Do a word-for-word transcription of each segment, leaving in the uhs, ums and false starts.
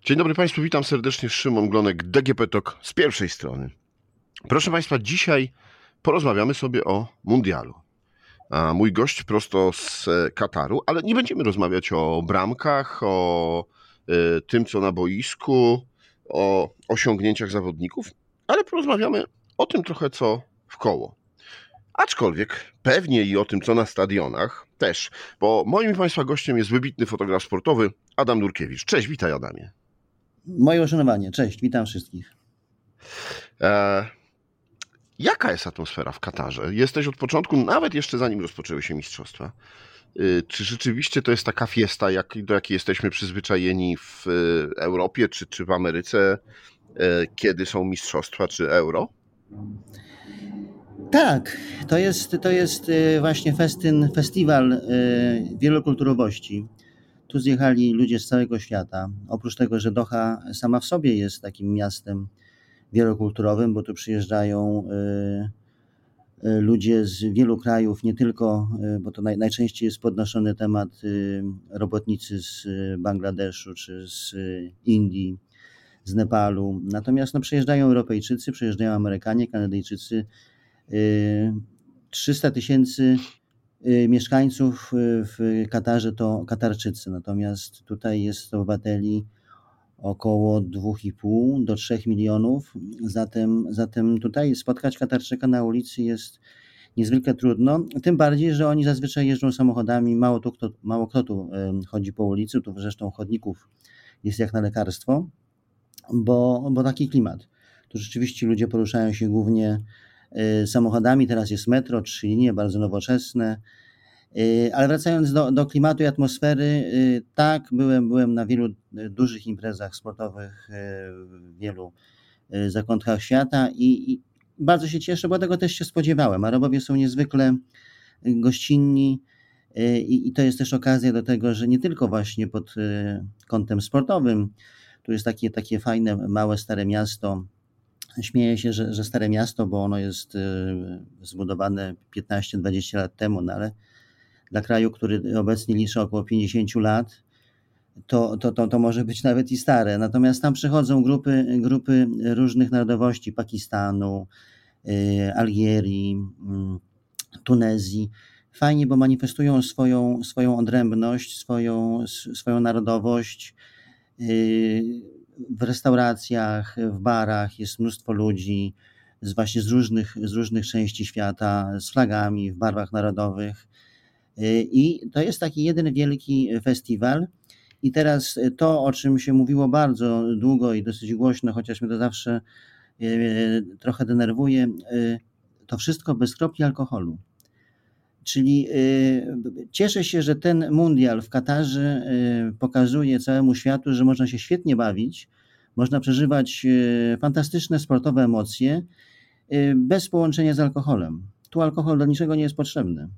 Dzień dobry Państwu, witam serdecznie, Szymon Glonek, D G P Talk z pierwszej strony. Proszę Państwa, dzisiaj porozmawiamy sobie o mundialu. A mój gość prosto z Kataru, ale nie będziemy rozmawiać o bramkach, o y, tym, co na boisku, o osiągnięciach zawodników, ale porozmawiamy o tym trochę, co wkoło. Aczkolwiek pewnie i o tym, co na stadionach też, bo moim Państwa gościem jest wybitny fotograf sportowy Adam Nurkiewicz. Cześć, witaj Adamie. Moje uszanowanie. Cześć, witam wszystkich. E, jaka jest atmosfera w Katarze? Jesteś od początku, nawet jeszcze zanim rozpoczęły się mistrzostwa. E, czy rzeczywiście to jest taka fiesta, jak, do jakiej jesteśmy przyzwyczajeni w e, Europie czy, czy w Ameryce, e, kiedy są mistrzostwa czy euro? Tak, to jest, to jest właśnie festyn, festiwal wielokulturowości. Tu zjechali ludzie z całego świata. Oprócz tego, że Doha sama w sobie jest takim miastem wielokulturowym, bo tu przyjeżdżają ludzie z wielu krajów, nie tylko, bo to naj, najczęściej jest podnoszony temat robotnicy z Bangladeszu czy z Indii, z Nepalu. Natomiast no, przyjeżdżają Europejczycy, przyjeżdżają Amerykanie, Kanadyjczycy. trzysta tysięcy mieszkańców w Katarze to Katarczycy, natomiast tutaj jest obywateli około dwa i pół do trzech milionów, zatem, zatem tutaj spotkać Katarczyka na ulicy jest niezwykle trudno, tym bardziej, że oni zazwyczaj jeżdżą samochodami, mało, tu, kto, mało kto tu chodzi po ulicy, tu zresztą chodników jest jak na lekarstwo, bo, bo taki klimat. Tu rzeczywiście ludzie poruszają się głównie samochodami, teraz jest metro, trzy linie, bardzo nowoczesne, ale wracając do, do klimatu i atmosfery, tak, byłem, byłem na wielu dużych imprezach sportowych w wielu zakątkach świata i, i bardzo się cieszę, bo tego też się spodziewałem. Arabowie są niezwykle gościnni i, i to jest też okazja do tego, że nie tylko właśnie pod kątem sportowym, tu jest takie, takie fajne, małe, stare miasto. Śmieję się, że, że stare miasto, bo ono jest zbudowane piętnaście dwadzieścia lat temu, no ale dla kraju, który obecnie liczy około pięćdziesiąt lat, to, to, to, to może być nawet i stare. Natomiast tam przychodzą grupy, grupy różnych narodowości, Pakistanu, Algierii, Tunezji. Fajnie, bo manifestują swoją, swoją odrębność, swoją, swoją narodowość. W restauracjach, w barach jest mnóstwo ludzi z właśnie z różnych, z różnych części świata, z flagami w barwach narodowych i to jest taki jeden wielki festiwal. I teraz to, o czym się mówiło bardzo długo i dosyć głośno, chociaż mnie to zawsze trochę denerwuje, to wszystko bez kropli alkoholu. Czyli cieszę się, że ten mundial w Katarze pokazuje całemu światu, że można się świetnie bawić, można przeżywać fantastyczne sportowe emocje bez połączenia z alkoholem. Tu alkohol do niczego nie jest potrzebny.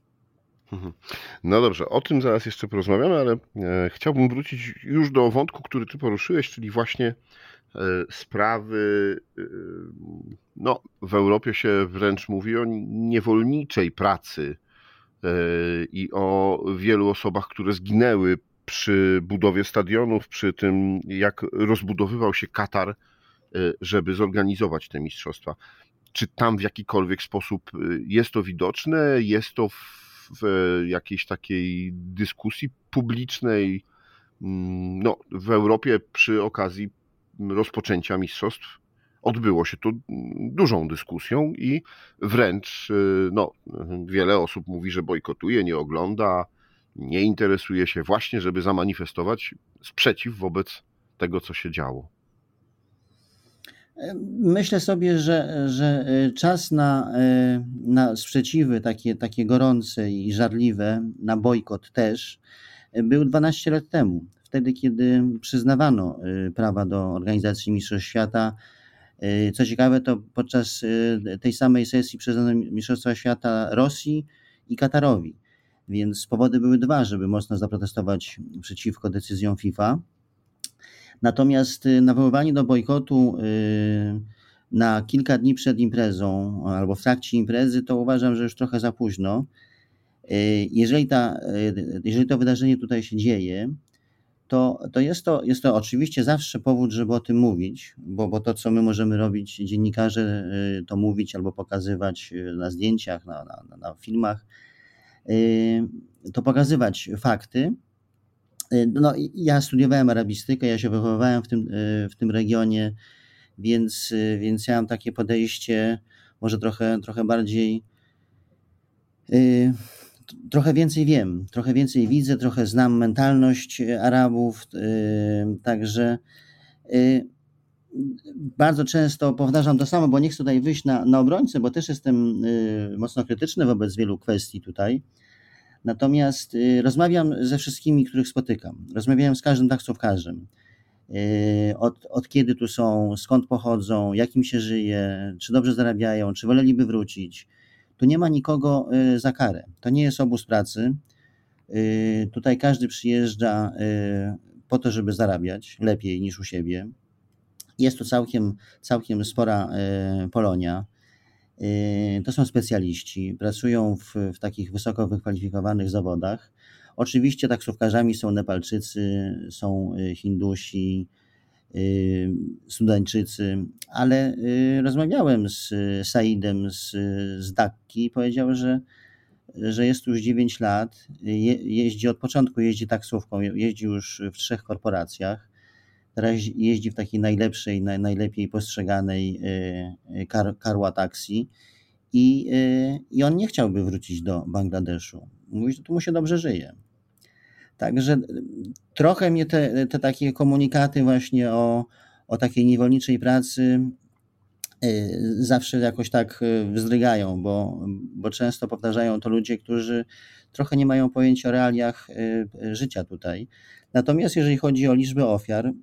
No dobrze, o tym zaraz jeszcze porozmawiamy, ale chciałbym wrócić już do wątku, który ty poruszyłeś, czyli właśnie sprawy, no w Europie się wręcz mówi o niewolniczej pracy i o wielu osobach, które zginęły przy budowie stadionów, przy tym jak rozbudowywał się Katar, żeby zorganizować te mistrzostwa. Czy tam w jakikolwiek sposób jest to widoczne? Jest to w jakiejś takiej dyskusji publicznej? No, w Europie przy okazji rozpoczęcia mistrzostw odbyło się to dużą dyskusją i wręcz no, wiele osób mówi, że bojkotuje, nie ogląda, nie interesuje się właśnie, żeby zamanifestować sprzeciw wobec tego, co się działo. Myślę sobie, że, że czas na, na sprzeciwy takie, takie gorące i żarliwe, na bojkot też, był dwanaście lat temu. Wtedy, kiedy przyznawano prawa do organizacji Mistrzostw Świata. Co ciekawe, to podczas tej samej sesji przyznano Mistrzostwa Świata Rosji i Katarowi. Więc powody były dwa, żeby mocno zaprotestować przeciwko decyzjom FIFA. Natomiast nawoływanie do bojkotu na kilka dni przed imprezą albo w trakcie imprezy, to uważam, że już trochę za późno. Jeżeli, ta, jeżeli to wydarzenie tutaj się dzieje, to, to, jest to jest to oczywiście zawsze powód, żeby o tym mówić, bo, bo to, co my możemy robić, dziennikarze, to mówić albo pokazywać na zdjęciach, na, na, na filmach, to pokazywać fakty. No, ja studiowałem arabistykę, ja się wychowywałem w tym, w tym regionie, więc, więc ja mam takie podejście może trochę, trochę bardziej, yy, trochę więcej wiem, trochę więcej widzę, trochę znam mentalność Arabów, yy, także yy, bardzo często powtarzam to samo, bo nie chcę tutaj wyjść na, na obrońcę, bo też jestem yy, mocno krytyczny wobec wielu kwestii tutaj. Natomiast yy, rozmawiam ze wszystkimi, których spotykam. Rozmawiałem z każdym taksówkarzem. Od, od kiedy tu są, skąd pochodzą, jak im się żyje, czy dobrze zarabiają, czy woleliby wrócić. Tu nie ma nikogo za karę. To nie jest obóz pracy. Tutaj każdy przyjeżdża po to, żeby zarabiać lepiej niż u siebie. Jest tu całkiem, całkiem spora Polonia. To są specjaliści, pracują w, w takich wysoko wykwalifikowanych zawodach. Oczywiście taksówkarzami są Nepalczycy, są Hindusi, Sudańczycy, ale rozmawiałem z Saidem z, z Dakki i powiedział, że, że jest tu już dziewięć lat, je, jeździ od początku, jeździ taksówką, jeździ już w trzech korporacjach, teraz jeździ w takiej najlepszej, naj, najlepiej postrzeganej Kar, Karwa Taxi i, i on nie chciałby wrócić do Bangladeszu. Mówi, że tu mu się dobrze żyje. Także trochę mnie te, te takie komunikaty właśnie o, o takiej niewolniczej pracy zawsze jakoś tak wzdrygają, bo, bo często powtarzają to ludzie, którzy trochę nie mają pojęcia o realiach życia tutaj. Natomiast jeżeli chodzi o liczbę ofiar,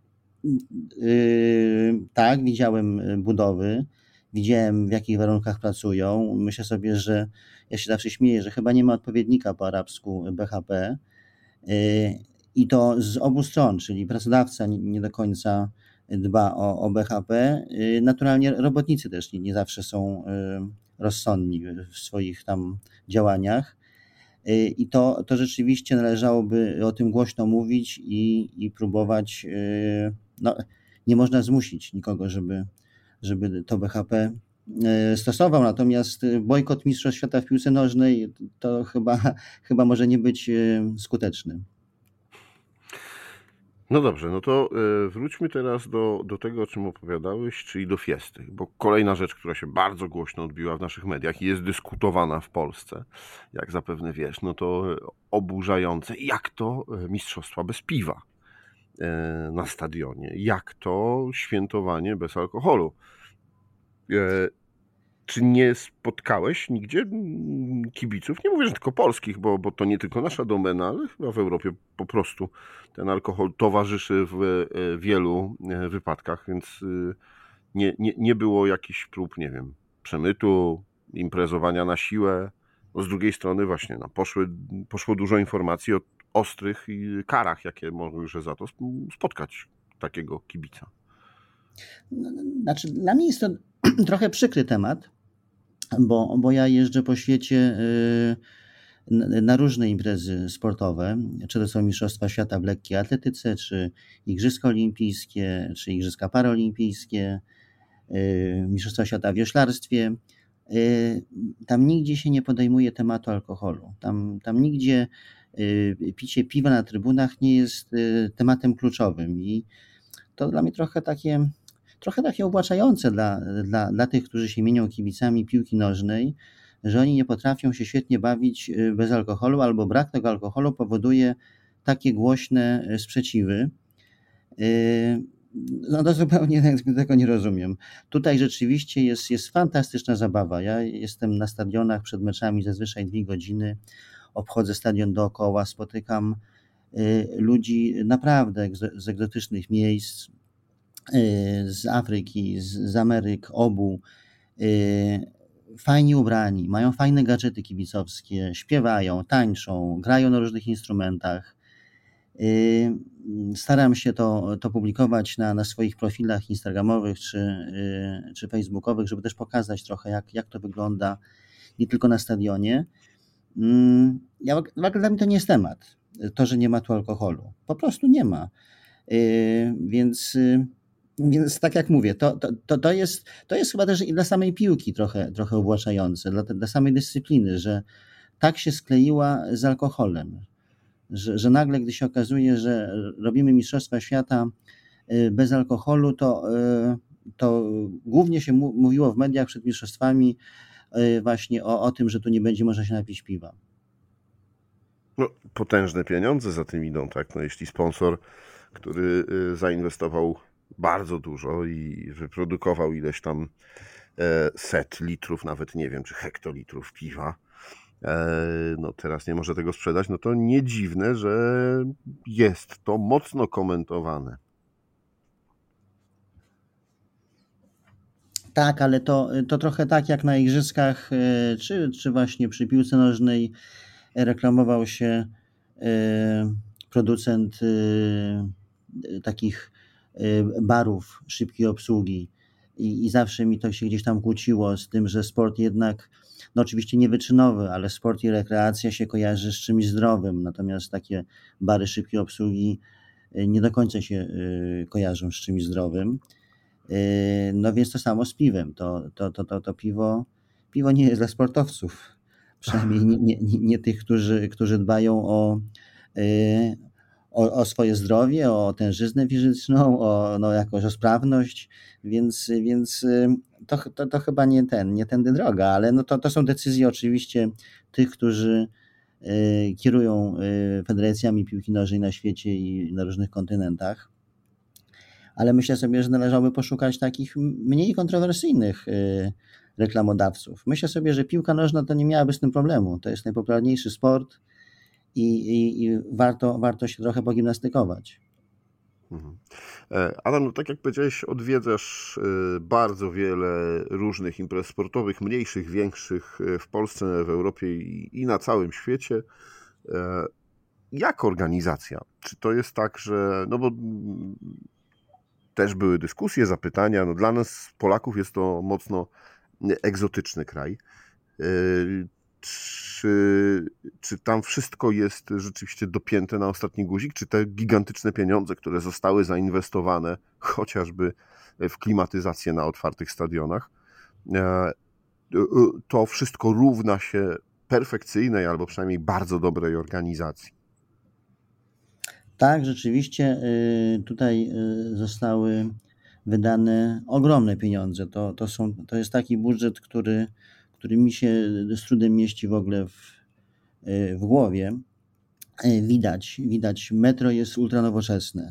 tak, widziałem budowy, widziałem w jakich warunkach pracują. Myślę sobie, że ja się zawsze śmieję, że chyba nie ma odpowiednika po arabsku B H P. I to z obu stron, czyli pracodawca nie do końca dba o, o B H P. Naturalnie robotnicy też nie, nie zawsze są rozsądni w swoich tam działaniach. I to, to rzeczywiście należałoby o tym głośno mówić i, i próbować, no nie można zmusić nikogo, żeby, żeby to B H P stosował, natomiast bojkot Mistrzostw Świata w piłce nożnej to chyba, chyba może nie być skuteczny. No dobrze, no to wróćmy teraz do, do tego, o czym opowiadałeś, czyli do Fiesty, bo kolejna rzecz, która się bardzo głośno odbiła w naszych mediach i jest dyskutowana w Polsce, jak zapewne wiesz, no to oburzające, jak to mistrzostwa bez piwa na stadionie, jak to świętowanie bez alkoholu. Czy nie spotkałeś nigdzie kibiców? Nie mówię, że tylko polskich, bo, bo to nie tylko nasza domena, ale chyba w Europie po prostu ten alkohol towarzyszy w wielu wypadkach, więc nie, nie, nie było jakichś prób, nie wiem, przemytu, imprezowania na siłę. No z drugiej strony właśnie no, poszły, poszło dużo informacji o ostrych karach, jakie może za to spotkać takiego kibica. Znaczy, dla mnie jest to trochę przykry temat, bo, bo ja jeżdżę po świecie na różne imprezy sportowe, czy to są Mistrzostwa Świata w lekkiej atletyce, czy Igrzyska Olimpijskie, czy Igrzyska Paraolimpijskie, Mistrzostwa Świata w wioślarstwie. Tam nigdzie się nie podejmuje tematu alkoholu. Tam, tam nigdzie picie piwa na trybunach nie jest tematem kluczowym i to dla mnie trochę takie trochę takie uwłaczające dla, dla, dla tych, którzy się mienią kibicami piłki nożnej, że oni nie potrafią się świetnie bawić bez alkoholu, albo brak tego alkoholu powoduje takie głośne sprzeciwy. No to zupełnie tego nie rozumiem. Tutaj rzeczywiście jest, jest fantastyczna zabawa. Ja jestem na stadionach przed meczami zazwyczaj dwie godziny, obchodzę stadion dookoła, spotykam ludzi naprawdę z egzotycznych miejsc, z Afryki, z, z Ameryk, obu, fajnie ubrani, mają fajne gadżety kibicowskie, śpiewają, tańczą, grają na różnych instrumentach. Staram się to, to publikować na, na swoich profilach instagramowych czy, czy facebookowych, żeby też pokazać trochę, jak, jak to wygląda nie tylko na stadionie. Ja, dla mnie to nie jest temat. to, że nie ma tu alkoholu. Po prostu nie ma. Więc, więc tak jak mówię, to, to, to, jest, to jest chyba też i dla samej piłki trochę, trochę uwłaczające, dla, dla samej dyscypliny, że tak się skleiła z alkoholem, że, że nagle, gdy się okazuje, że robimy Mistrzostwa Świata bez alkoholu, to, to głównie się mówiło w mediach przed mistrzostwami właśnie o, o tym, że tu nie będzie można się napić piwa. No, potężne pieniądze za tym idą, tak? No, jeśli sponsor, który zainwestował bardzo dużo i wyprodukował ileś tam set litrów, nawet nie wiem, czy hektolitrów piwa, no teraz nie może tego sprzedać, no to nie dziwne, że jest to mocno komentowane. Tak, ale to, to trochę tak jak na igrzyskach, czy, czy właśnie przy piłce nożnej reklamował się producent takich barów szybkiej obsługi i, i zawsze mi to się gdzieś tam kłóciło z tym, że sport jednak, no oczywiście nie wyczynowy, ale sport i rekreacja się kojarzy z czymś zdrowym, natomiast takie bary szybkiej obsługi nie do końca się kojarzą z czymś zdrowym. No więc to samo z piwem. To, to, to, to, to piwo, piwo nie jest dla sportowców. Przynajmniej nie, nie, nie, nie tych, którzy, którzy dbają o, o, o swoje zdrowie, o tężyznę fizyczną, o no, jakoś o sprawność, więc, więc to, to, to chyba nie ten, nie tędy droga, ale no to, to są decyzje oczywiście tych, którzy kierują federacjami piłki nożnej na świecie i na różnych kontynentach. Ale myślę sobie, że należałoby poszukać takich mniej kontrowersyjnych reklamodawców. Myślę sobie, że piłka nożna to nie miałaby z tym problemu. To jest najpopularniejszy sport i, i, i warto, warto się trochę pogimnastykować. Adam, no tak jak powiedziałeś, odwiedzasz bardzo wiele różnych imprez sportowych, mniejszych, większych w Polsce, w Europie i na całym świecie. Jak organizacja? Czy to jest tak, że... No bo też były dyskusje, zapytania. No dla nas, Polaków, jest to mocno egzotyczny kraj. Czy, czy tam wszystko jest rzeczywiście dopięte na ostatni guzik? Czy te gigantyczne pieniądze, które zostały zainwestowane chociażby w klimatyzację na otwartych stadionach, to wszystko równa się perfekcyjnej albo przynajmniej bardzo dobrej organizacji? Tak, rzeczywiście tutaj zostały wydane ogromne pieniądze. To, to, są, to jest taki budżet, który, który mi się z trudem mieści w ogóle w, w głowie. Widać, widać, metro jest ultranowoczesne.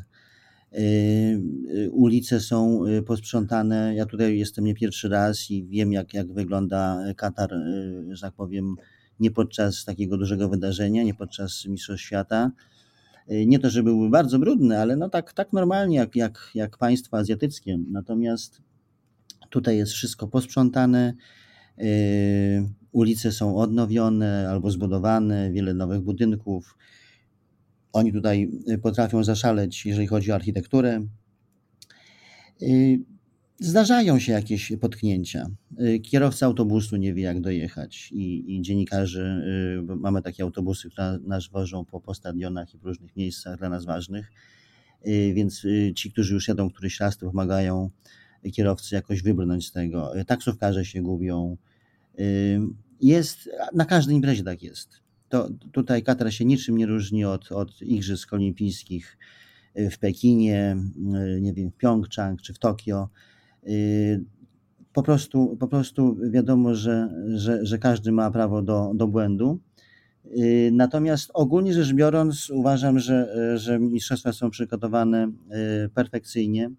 Ulice są posprzątane. Ja tutaj jestem nie pierwszy raz i wiem, jak, jak wygląda Katar, że tak powiem, nie podczas takiego dużego wydarzenia, nie podczas Mistrzostw Świata. Nie to, żeby były bardzo brudne, ale no tak, tak normalnie jak, jak, jak państwa azjatyckie. Natomiast tutaj jest wszystko posprzątane, yy, ulice są odnowione albo zbudowane, wiele nowych budynków. Oni tutaj potrafią zaszaleć, jeżeli chodzi o architekturę. Yy, Zdarzają się jakieś potknięcia. Kierowca autobusu nie wie, jak dojechać i, i dziennikarze, bo mamy takie autobusy, które nas wożą po, po stadionach i w różnych miejscach dla nas ważnych, więc ci, którzy już jadą któryś raz, to pomagają kierowcy jakoś wybrnąć z tego. Taksówkarze się gubią. Jest, na każdej imprezie tak jest. To, tutaj Katar się niczym nie różni od, od Igrzysk Olimpijskich w Pekinie, nie wiem, w Pjongczang czy w Tokio. Po prostu, po prostu wiadomo, że, że, że każdy ma prawo do, do błędu. Natomiast ogólnie rzecz biorąc, uważam, że, że mistrzostwa są przygotowane perfekcyjnie.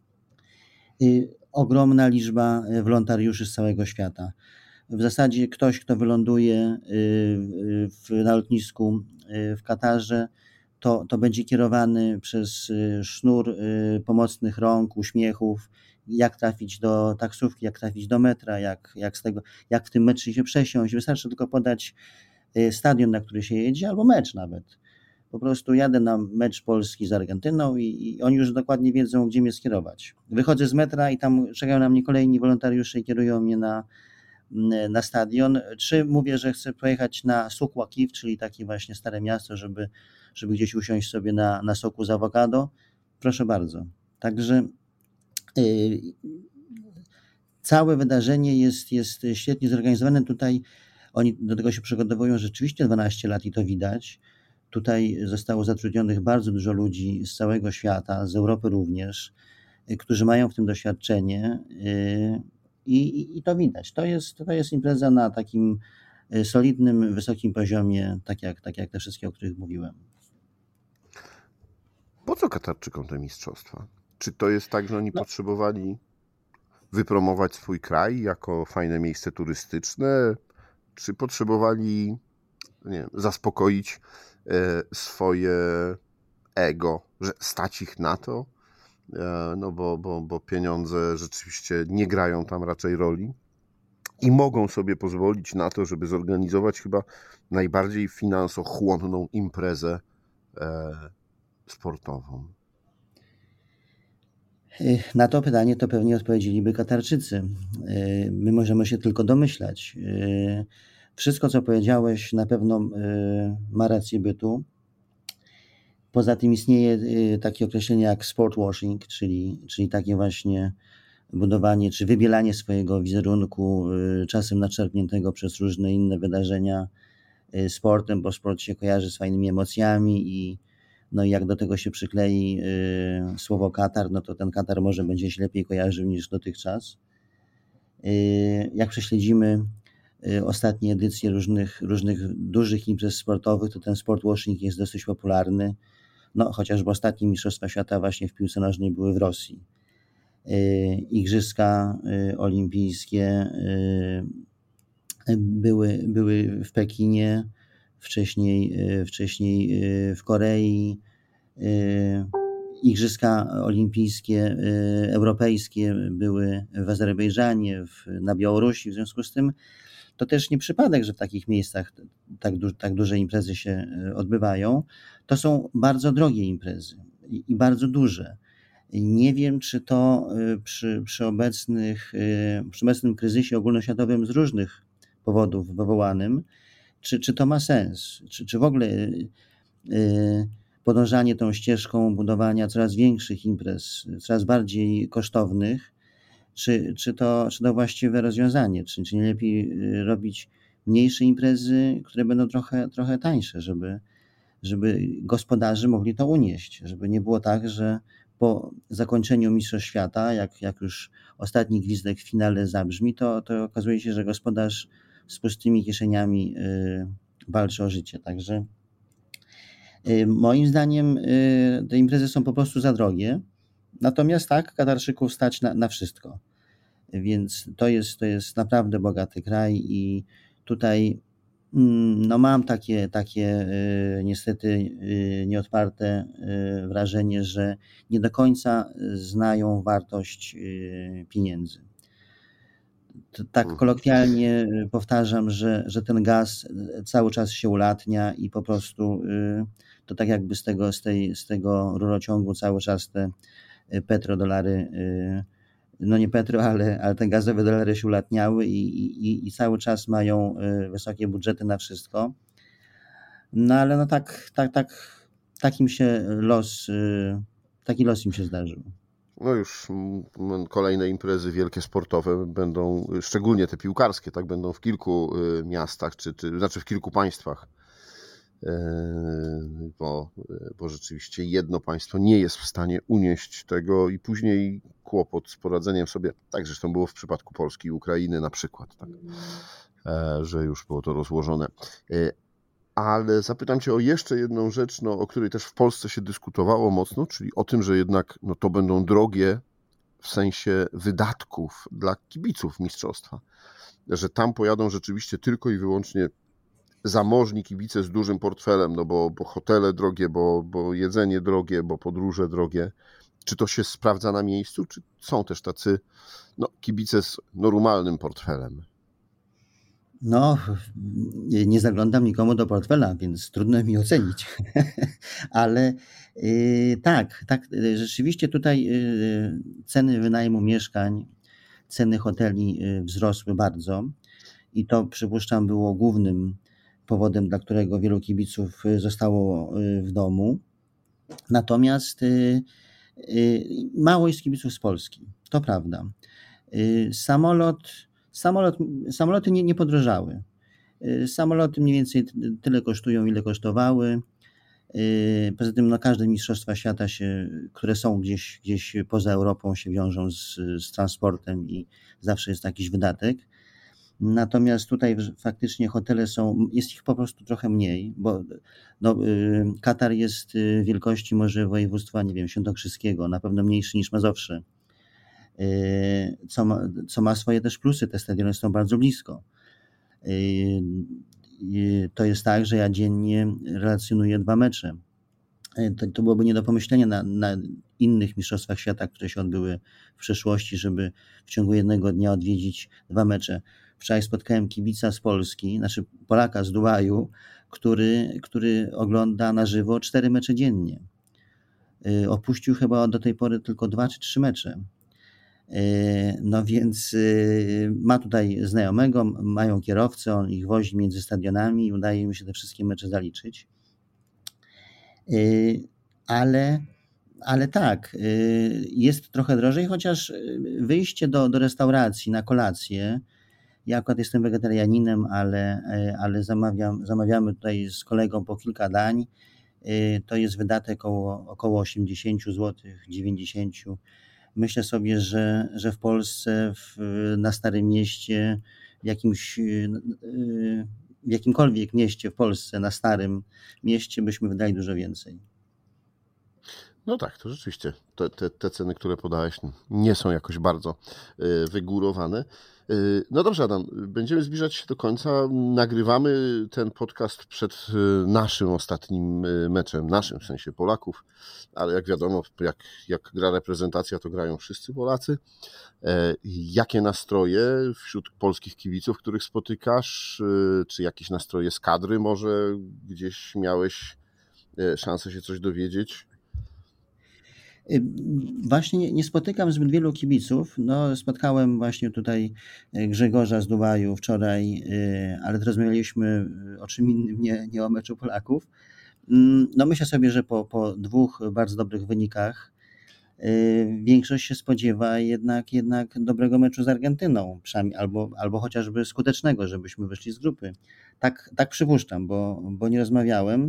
Ogromna liczba wolontariuszy z całego świata. W zasadzie ktoś, kto wyląduje w, na lotnisku w Katarze, to, to będzie kierowany przez sznur pomocnych rąk, uśmiechów, jak trafić do taksówki, jak trafić do metra, jak, jak, z tego, jak w tym meczu się przesiąść. Wystarczy tylko podać stadion, na który się jedzie, albo mecz nawet. Po prostu jadę na mecz Polski z Argentyną i, i oni już dokładnie wiedzą, gdzie mnie skierować. Wychodzę z metra i tam czekają na mnie kolejni wolontariusze i kierują mnie na, na stadion. Czy mówię, że chcę pojechać na Souq Waqif, czyli takie właśnie stare miasto, żeby żeby gdzieś usiąść sobie na, na soku z awokado, proszę bardzo. Także yy, całe wydarzenie jest, jest świetnie zorganizowane. Tutaj oni do tego się przygotowują rzeczywiście dwanaście lat i to widać. Tutaj zostało zatrudnionych bardzo dużo ludzi z całego świata, z Europy również, którzy mają w tym doświadczenie i, i to widać. To jest, to jest impreza na takim solidnym, wysokim poziomie, tak jak, tak jak te wszystkie, o których mówiłem. Po co Katarczykom te mistrzostwa? Czy to jest tak, że oni No. potrzebowali wypromować swój kraj jako fajne miejsce turystyczne? Czy potrzebowali, nie wiem, zaspokoić swoje ego, że stać ich na to? No bo, bo, bo pieniądze rzeczywiście nie grają tam raczej roli i mogą sobie pozwolić na to, żeby zorganizować chyba najbardziej finansochłonną imprezę sportową. Na to pytanie to pewnie odpowiedzieliby Katarczycy. My możemy się tylko domyślać. Wszystko, co powiedziałeś, na pewno ma rację bytu. Poza tym istnieje takie określenie jak sport washing, czyli, czyli takie właśnie budowanie czy wybielanie swojego wizerunku, czasem naczerpniętego przez różne inne wydarzenia sportem, bo sport się kojarzy z fajnymi emocjami i no i jak do tego się przyklei słowo Katar, no to ten Katar może będzie się lepiej kojarzył niż dotychczas. Jak prześledzimy ostatnie edycje różnych, różnych dużych imprez sportowych, to ten sport washing jest dosyć popularny. No, chociażby ostatnie Mistrzostwa Świata właśnie w piłce nożnej były w Rosji. Igrzyska olimpijskie były, były w Pekinie, wcześniej, wcześniej w Korei. Igrzyska olimpijskie europejskie były w Azerbejdżanie, w, na Białorusi. W związku z tym to też nie przypadek, że w takich miejscach tak, du- tak duże imprezy się odbywają. To są bardzo drogie imprezy i, i bardzo duże. Nie wiem, czy to przy, przy, obecnych, przy obecnym kryzysie ogólnoświatowym z różnych powodów wywołanym, czy, czy to ma sens, czy, czy w ogóle yy, podążanie tą ścieżką budowania coraz większych imprez, coraz bardziej kosztownych, czy, czy, to, czy to właściwe rozwiązanie, czy, czy nie lepiej robić mniejsze imprezy, które będą trochę, trochę tańsze, żeby, żeby gospodarze mogli to unieść, żeby nie było tak, że po zakończeniu Mistrzostw Świata, jak, jak już ostatni gwizdek w finale zabrzmi, to, to okazuje się, że gospodarz z pustymi kieszeniami y, walczy o życie. Także y, moim zdaniem y, te imprezy są po prostu za drogie. Natomiast tak, Katarczyków stać na, na wszystko. Więc to jest, to jest naprawdę bogaty kraj i tutaj no mam takie, takie y, niestety y, nieodparte y, wrażenie, że nie do końca znają wartość y, pieniędzy. To tak kolokwialnie powtarzam, że, że ten gaz cały czas się ulatnia i po prostu y, to tak jakby z tego, z tej, z tego rurociągu cały czas te petrodolary, y, no nie petro, ale, ale te gazowe dolary się ulatniały i, i, i cały czas mają wysokie budżety na wszystko. No ale no tak, tak, tak, takim się los, taki los im się zdarzył. No już kolejne imprezy wielkie sportowe będą, szczególnie te piłkarskie, tak, będą w kilku miastach, czy, czy znaczy w kilku państwach. Bo, bo rzeczywiście jedno państwo nie jest w stanie unieść tego i później kłopot z poradzeniem sobie, tak zresztą było w przypadku Polski i Ukrainy na przykład, tak, że już było to rozłożone. Ale zapytam Cię o jeszcze jedną rzecz, no, o której też w Polsce się dyskutowało mocno, czyli o tym, że jednak no, to będą drogie w sensie wydatków dla kibiców mistrzostwa, że tam pojadą rzeczywiście tylko i wyłącznie zamożni kibice z dużym portfelem, no bo, bo hotele drogie, bo, bo jedzenie drogie, bo podróże drogie. Czy to się sprawdza na miejscu, czy są też tacy no, kibice z normalnym portfelem? No, nie zaglądam nikomu do portfela, więc trudno mi ocenić. Ale yy, tak, tak, rzeczywiście tutaj yy, ceny wynajmu mieszkań, ceny hoteli yy, wzrosły bardzo i to, przypuszczam, było głównym powodem, dla którego wielu kibiców zostało w domu. Natomiast mało jest kibiców z Polski, to prawda. Samolot, samolot, samoloty nie, nie podrożały. Samoloty mniej więcej tyle kosztują, ile kosztowały. Poza tym no, każde mistrzostwa świata, się, które są gdzieś, gdzieś poza Europą, się wiążą z, z transportem i zawsze jest jakiś wydatek. Natomiast tutaj faktycznie hotele są, jest ich po prostu trochę mniej, bo no, Katar jest wielkości może województwa, nie wiem, świętokrzyskiego, na pewno mniejszy niż Mazowsze, co ma, co ma swoje też plusy, te stadiony są bardzo blisko. To jest tak, że ja dziennie relacjonuję dwa mecze. To, to byłoby nie do pomyślenia na, na innych mistrzostwach świata, które się odbyły w przeszłości, żeby w ciągu jednego dnia odwiedzić dwa mecze. Wczoraj spotkałem kibica z Polski, znaczy Polaka z Dubaju, który, który ogląda na żywo cztery mecze dziennie. Opuścił chyba do tej pory tylko dwa czy trzy mecze. No więc ma tutaj znajomego, mają kierowcę, on ich wozi między stadionami i udaje mi się te wszystkie mecze zaliczyć. Ale, ale tak, jest trochę drożej, chociaż wyjście do, do restauracji na kolację, ja akurat jestem wegetarianinem, ale, ale zamawiam, zamawiamy tutaj z kolegą po kilka dań, to jest wydatek około, około osiemdziesiąt złotych, dziewięćdziesiąt. Myślę sobie, że, że w Polsce, w, na Starym Mieście, w jakimś, w jakimkolwiek mieście w Polsce, na Starym Mieście byśmy wydali dużo więcej. No tak, to rzeczywiście te, te, te ceny, które podałeś, nie są jakoś bardzo wygórowane. No dobrze, Adam, będziemy zbliżać się do końca. Nagrywamy ten podcast przed naszym ostatnim meczem, naszym w sensie Polaków, ale jak wiadomo, jak, jak gra reprezentacja, to grają wszyscy Polacy. Jakie nastroje wśród polskich kibiców, których spotykasz? Czy jakieś nastroje z kadry może gdzieś miałeś szansę się coś dowiedzieć? Właśnie nie, nie spotykam zbyt wielu kibiców. No, spotkałem właśnie tutaj Grzegorza z Dubaju wczoraj, ale rozmawialiśmy o czym innym, nie, nie o meczu Polaków. No myślę sobie, że po, po dwóch bardzo dobrych wynikach większość się spodziewa jednak, jednak dobrego meczu z Argentyną, przynajmniej, albo, albo chociażby skutecznego, żebyśmy wyszli z grupy. Tak, tak przypuszczam, bo, bo nie rozmawiałem,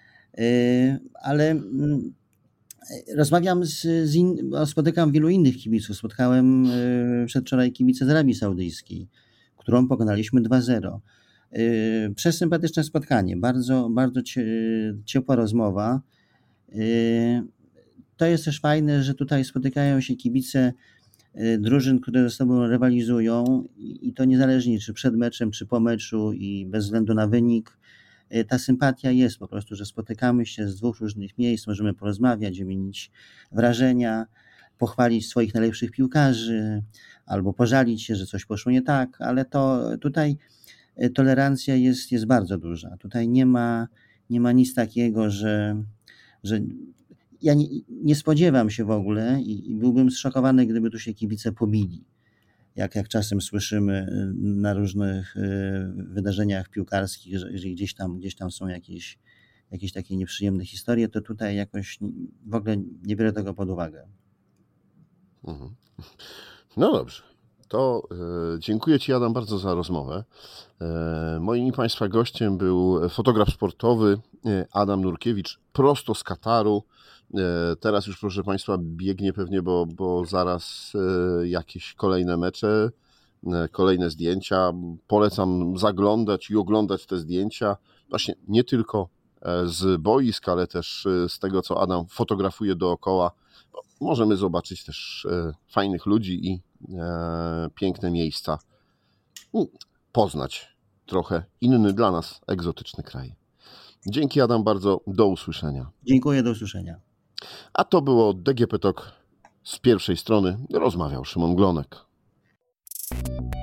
ale rozmawiam z, z in, spotykam wielu innych kibiców. Spotkałem przedwczoraj kibicę z Arabii Saudyjskiej, którą pokonaliśmy dwa zero. Przesympatyczne spotkanie, bardzo, bardzo ciepła rozmowa. To jest też fajne, że tutaj spotykają się kibice drużyn, które ze sobą rywalizują i to niezależnie czy przed meczem, czy po meczu i bez względu na wynik. Ta sympatia jest po prostu, że spotykamy się z dwóch różnych miejsc, możemy porozmawiać, wymienić wrażenia, pochwalić swoich najlepszych piłkarzy albo pożalić się, że coś poszło nie tak, ale to tutaj tolerancja jest, jest bardzo duża. Tutaj nie ma, nie ma nic takiego, że, że ja nie, nie spodziewam się w ogóle i, i byłbym zszokowany, gdyby tu się kibice pobili. Jak, jak czasem słyszymy na różnych wydarzeniach piłkarskich, że, że gdzieś tam, gdzieś tam są jakieś, jakieś takie nieprzyjemne historie, to tutaj jakoś w ogóle nie biorę tego pod uwagę. Mhm. No dobrze. To e, dziękuję Ci, Adam, bardzo za rozmowę. E, moim i Państwa gościem był fotograf sportowy Adam Nurkiewicz, prosto z Kataru. E, teraz już, proszę Państwa, biegnie pewnie, bo, bo zaraz e, jakieś kolejne mecze, e, kolejne zdjęcia. Polecam zaglądać i oglądać te zdjęcia. Właśnie nie tylko z boisk, ale też z tego, co Adam fotografuje dookoła. Możemy zobaczyć też e, fajnych ludzi i e, piękne miejsca. I poznać trochę inny dla nas egzotyczny kraj. Dzięki, Adam, bardzo. Do usłyszenia. Dziękuję, do usłyszenia. A to było D G P Talk z pierwszej strony. Rozmawiał Szymon Glonek.